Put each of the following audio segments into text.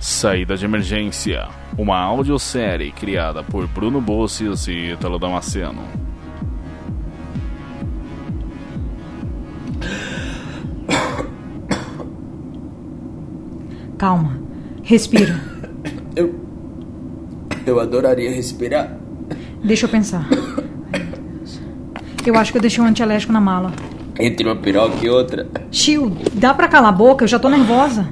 Saída de Emergência, uma audiosérie criada por Bruno Bossis e Ítalo Damasceno. Calma, respira. Eu adoraria respirar. Deixa eu pensar. Eu acho que eu deixei um antialérgico na mala. Entre uma piroca e outra. Tio, dá pra calar a boca? Eu já tô nervosa.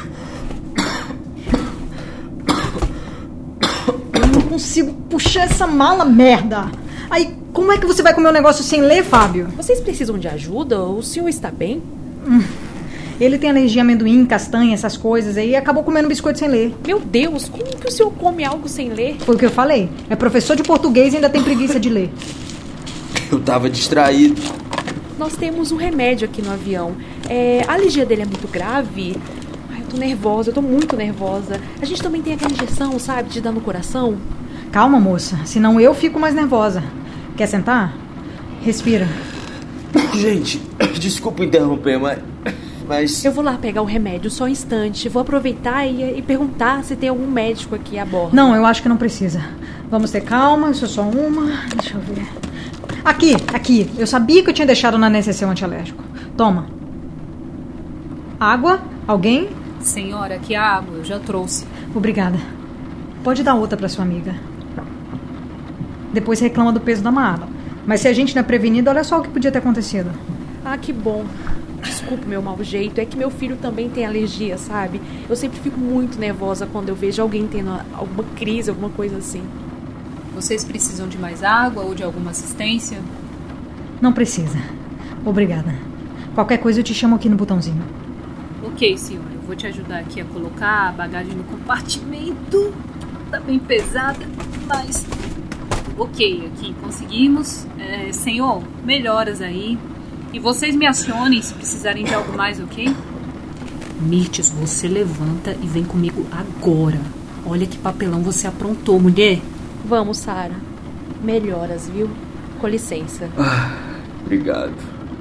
Eu não consigo puxar essa mala, merda. Aí, como é que você vai comer um negócio sem ler, Fábio? Vocês precisam de ajuda? O senhor está bem? Ele tem alergia a amendoim, castanha, essas coisas aí, e acabou comendo biscoito sem ler. Meu Deus, como que o senhor come algo sem ler? Foi o que eu falei. É professor de português e ainda tem preguiça de ler. Eu tava distraído. Nós temos um remédio aqui no avião. A alergia dele é muito grave. Ai, eu tô nervosa, eu tô muito nervosa. A gente também tem aquela injeção, sabe, de dar no coração. Calma, moça, senão eu fico mais nervosa. Quer sentar? Respira. Gente, desculpa interromper, mas... Eu vou lá pegar o remédio só um instante. Vou aproveitar e perguntar se tem algum médico aqui a bordo. Não, eu acho que não precisa. Vamos ter calma, isso é só uma. Deixa eu ver. Aqui. Eu sabia que eu tinha deixado na necessaire um antialérgico. Toma. Água? Alguém? Senhora, aqui a água, eu já trouxe. Obrigada. Pode dar outra pra sua amiga. Depois reclama do peso da mala. Mas se a gente não é prevenido, olha só o que podia ter acontecido. Ah, que bom. Desculpa o meu mau jeito, é que meu filho também tem alergia, sabe? Eu sempre fico muito nervosa quando eu vejo alguém tendo alguma crise, alguma coisa assim. Vocês precisam de mais água ou de alguma assistência? Não precisa. Obrigada. Qualquer coisa eu te chamo aqui no botãozinho. Ok, senhora. Eu vou te ajudar aqui a colocar a bagagem no compartimento. Tá bem pesada, mas... Ok, aqui conseguimos. Senhor, melhoras aí. E vocês me acionem se precisarem de algo mais, ok? Mirtes, você levanta e vem comigo agora. Olha que papelão você aprontou, mulher. Vamos, Sara. Melhoras, viu? Com licença. Obrigado.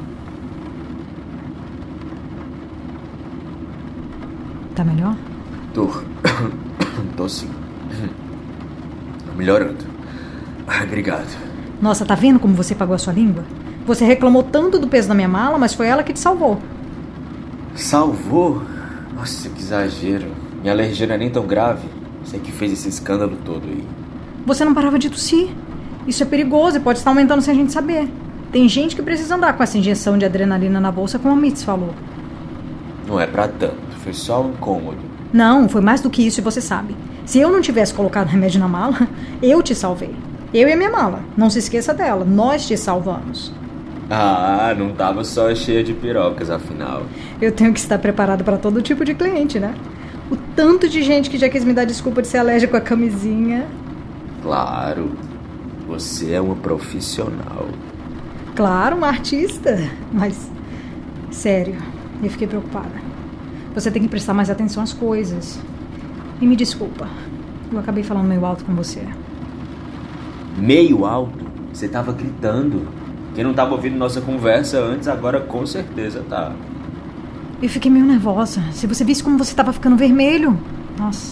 Tá melhor? Tô sim. Melhorando. Obrigado. Nossa, tá vendo como você pagou a sua língua? Você reclamou tanto do peso da minha mala, mas foi ela que te salvou. Salvou? Nossa, que exagero. Minha alergia não é nem tão grave. Você que fez esse escândalo todo aí. Você não parava de tossir. Isso é perigoso e pode estar aumentando sem a gente saber. Tem gente que precisa andar com essa injeção de adrenalina na bolsa, como a Mitz falou. Não é pra tanto. Foi só um incômodo. Não, foi mais do que isso e você sabe. Se eu não tivesse colocado remédio na mala, eu te salvei. Eu e a minha mala. Não se esqueça dela. Nós te salvamos. Ah, não tava só cheia de pirocas, afinal. Eu tenho que estar preparado para todo tipo de cliente, né? O tanto de gente que já quis me dar desculpa de ser alérgico à camisinha. Claro. Você é uma profissional. Claro, uma artista. Mas, sério, eu fiquei preocupada. Você tem que prestar mais atenção às coisas. E me desculpa. Eu acabei falando meio alto com você. Meio alto? Você tava gritando. Quem não tava ouvindo nossa conversa antes, agora com certeza tá. Eu fiquei meio nervosa. Se você visse como você tava ficando vermelho. Nossa.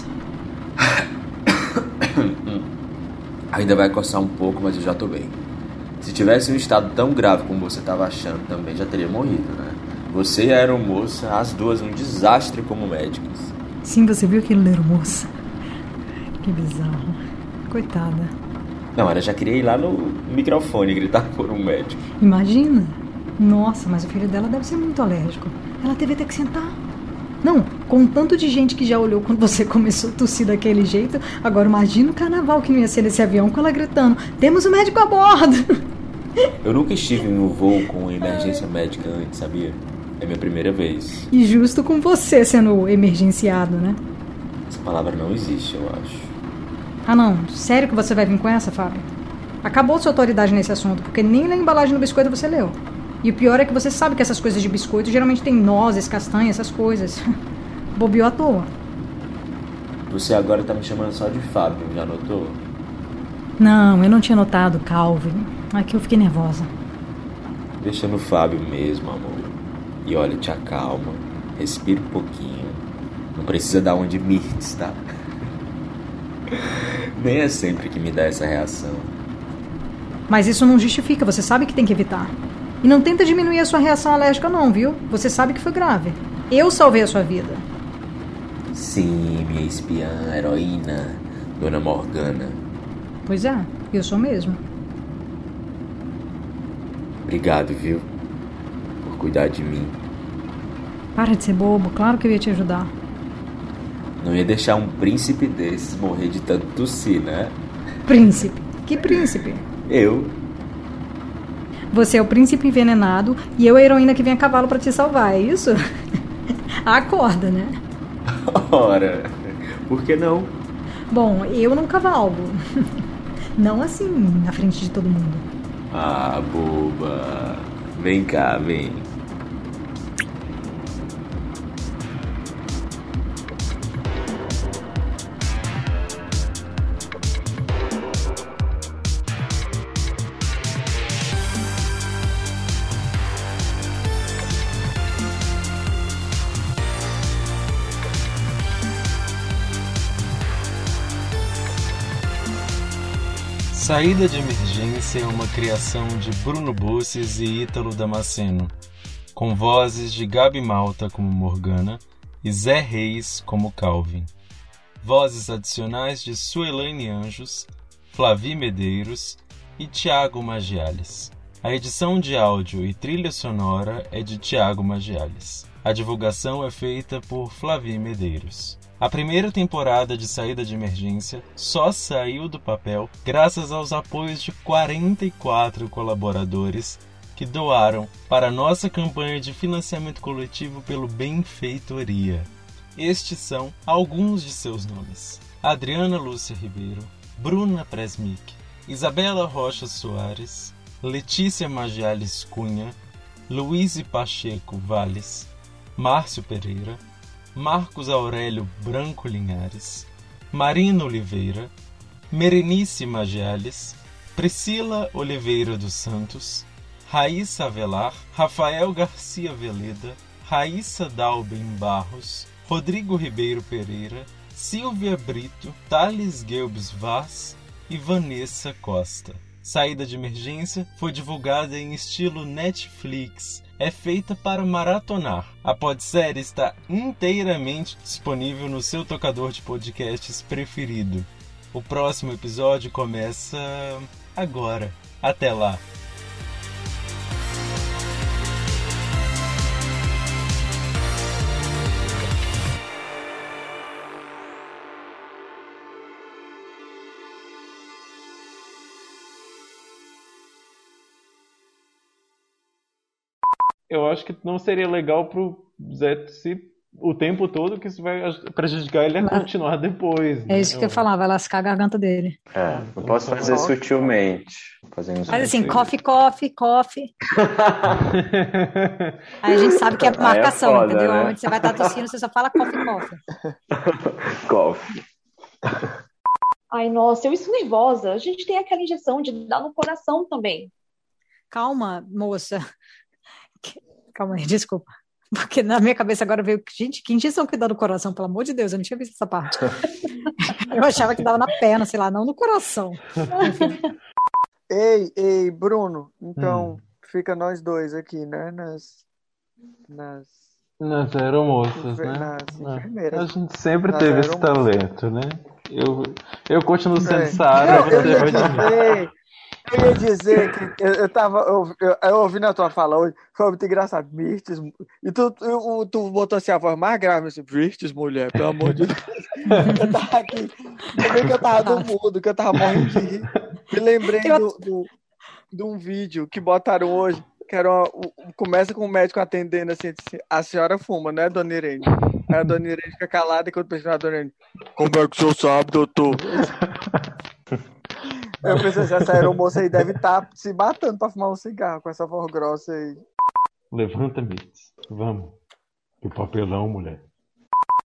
Ainda vai coçar um pouco, mas eu já tô bem. Se tivesse um estado tão grave como você tava achando, também já teria morrido, né? Você e a aeromoça, as duas um desastre como médicas. Sim, você viu aquele aeromoça? Que bizarro. Coitada. Não, ela já queria ir lá no microfone gritar por um médico. Imagina. Nossa, mas o filho dela deve ser muito alérgico. Ela teve até que sentar. Não, com um tanto de gente que já olhou quando você começou a tossir daquele jeito, agora imagina o carnaval que não ia ser nesse avião com ela gritando: temos um médico a bordo! Eu nunca estive em um voo com emergência médica antes, sabia? É minha primeira vez. E justo com você sendo emergenciado, né? Essa palavra não existe, eu acho. Ah não, sério que você vai vir com essa, Fábio? Acabou sua autoridade nesse assunto, porque nem na embalagem do biscoito você leu. E o pior é que você sabe que essas coisas de biscoito geralmente tem nozes, castanhas, essas coisas. Bobeou à toa. Você agora tá me chamando só de Fábio, já notou? Não, eu não tinha notado, Calvin. Aqui eu fiquei nervosa. Deixa no Fábio mesmo, amor. E olha, te acalma. Respira um pouquinho. Não precisa dar uma de Mirtz, tá? Nem é sempre que me dá essa reação. Mas isso não justifica, você sabe que tem que evitar. E não tenta diminuir a sua reação alérgica não, viu? Você sabe que foi grave. Eu salvei a sua vida. Sim, minha espiã, heroína, Dona Morgana. Pois é, eu sou mesmo. Obrigado, viu? Por cuidar de mim. Para de ser bobo, claro que eu ia te ajudar. Não ia deixar um príncipe desses morrer de tanto tossir, né? Príncipe? Que príncipe? Eu? Você é o príncipe envenenado e eu a heroína que vem a cavalo pra te salvar, é isso? Acorda, né? Ora, por que não? Bom, eu não cavalgo. Não assim, na frente de todo mundo. Ah, boba. Vem cá, vem. Saída de Emergência é uma criação de Bruno Busses e Ítalo Damasceno, com vozes de Gabi Malta como Morgana e Zé Reis como Calvin. Vozes adicionais de Suelaine Anjos, Flavi Medeiros e Tiago Magiales. A edição de áudio e trilha sonora é de Tiago Magiales. A divulgação é feita por Flavi Medeiros. A primeira temporada de Saída de Emergência só saiu do papel graças aos apoios de 44 colaboradores que doaram para a nossa campanha de financiamento coletivo pelo Benfeitoria. Estes são alguns de seus nomes: Adriana Lúcia Ribeiro, Bruna Presmic, Isabela Rocha Soares, Letícia Magiales Cunha, Luiz Pacheco Valles, Márcio Pereira, Marcos Aurélio Branco Linhares, Marina Oliveira, Merenice Magiales, Priscila Oliveira dos Santos, Raíssa Avelar, Rafael Garcia Veleda, Raíssa Dalben Barros, Rodrigo Ribeiro Pereira, Silvia Brito, Thales Guelbs Vaz e Vanessa Costa. Saída de Emergência foi divulgada em estilo Netflix. É feita para maratonar. A podsérie está inteiramente disponível no seu tocador de podcasts preferido. O próximo episódio começa agora. Até lá! Eu acho que não seria legal pro Zé se o tempo todo, que isso vai prejudicar ele a continuar depois. É isso que eu falava, vai lascar a garganta dele. Eu posso fazer sutilmente. Faz assim, coffee. Aí a gente sabe que é marcação, foda, entendeu? né? Onde você vai estar tossindo, você só fala coffee. Coffee. Ai, nossa, eu estou nervosa. A gente tem aquela injeção de dar no coração também. Calma, moça. Calma aí, desculpa. Porque na minha cabeça agora veio, gente, que injeção que dá no coração, pelo amor de Deus, eu não tinha visto essa parte. Eu achava que dava na perna, sei lá, não no coração. Ei, Bruno, então fica nós dois aqui, né, Nas aeromoças, né? nas enfermeiras. A gente sempre Nas teve esse aeromoças. talento, né? Eu continuo sendo Sarah, você vai de mim. Eu ia dizer que eu ouvi na tua fala hoje, foi muito engraçado, Mirtz, e tu botou assim a voz mais grave, assim, Mirtz, mulher, pelo amor de Deus. Eu tava aqui, eu vi que eu tava do mudo, que eu tava morrendo de rir. Me lembrei de um vídeo que botaram hoje, que era começa com o médico atendendo assim, a senhora fuma, né, dona Irene? Aí a dona Irene fica calada enquanto pensa na dona Irene, como é que o senhor sabe, doutor? Eu pensei assim, essa aeromoça aí deve estar se matando pra fumar um cigarro com essa voz grossa aí. Levanta, Mirtz. Vamos. Que papelão, mulher.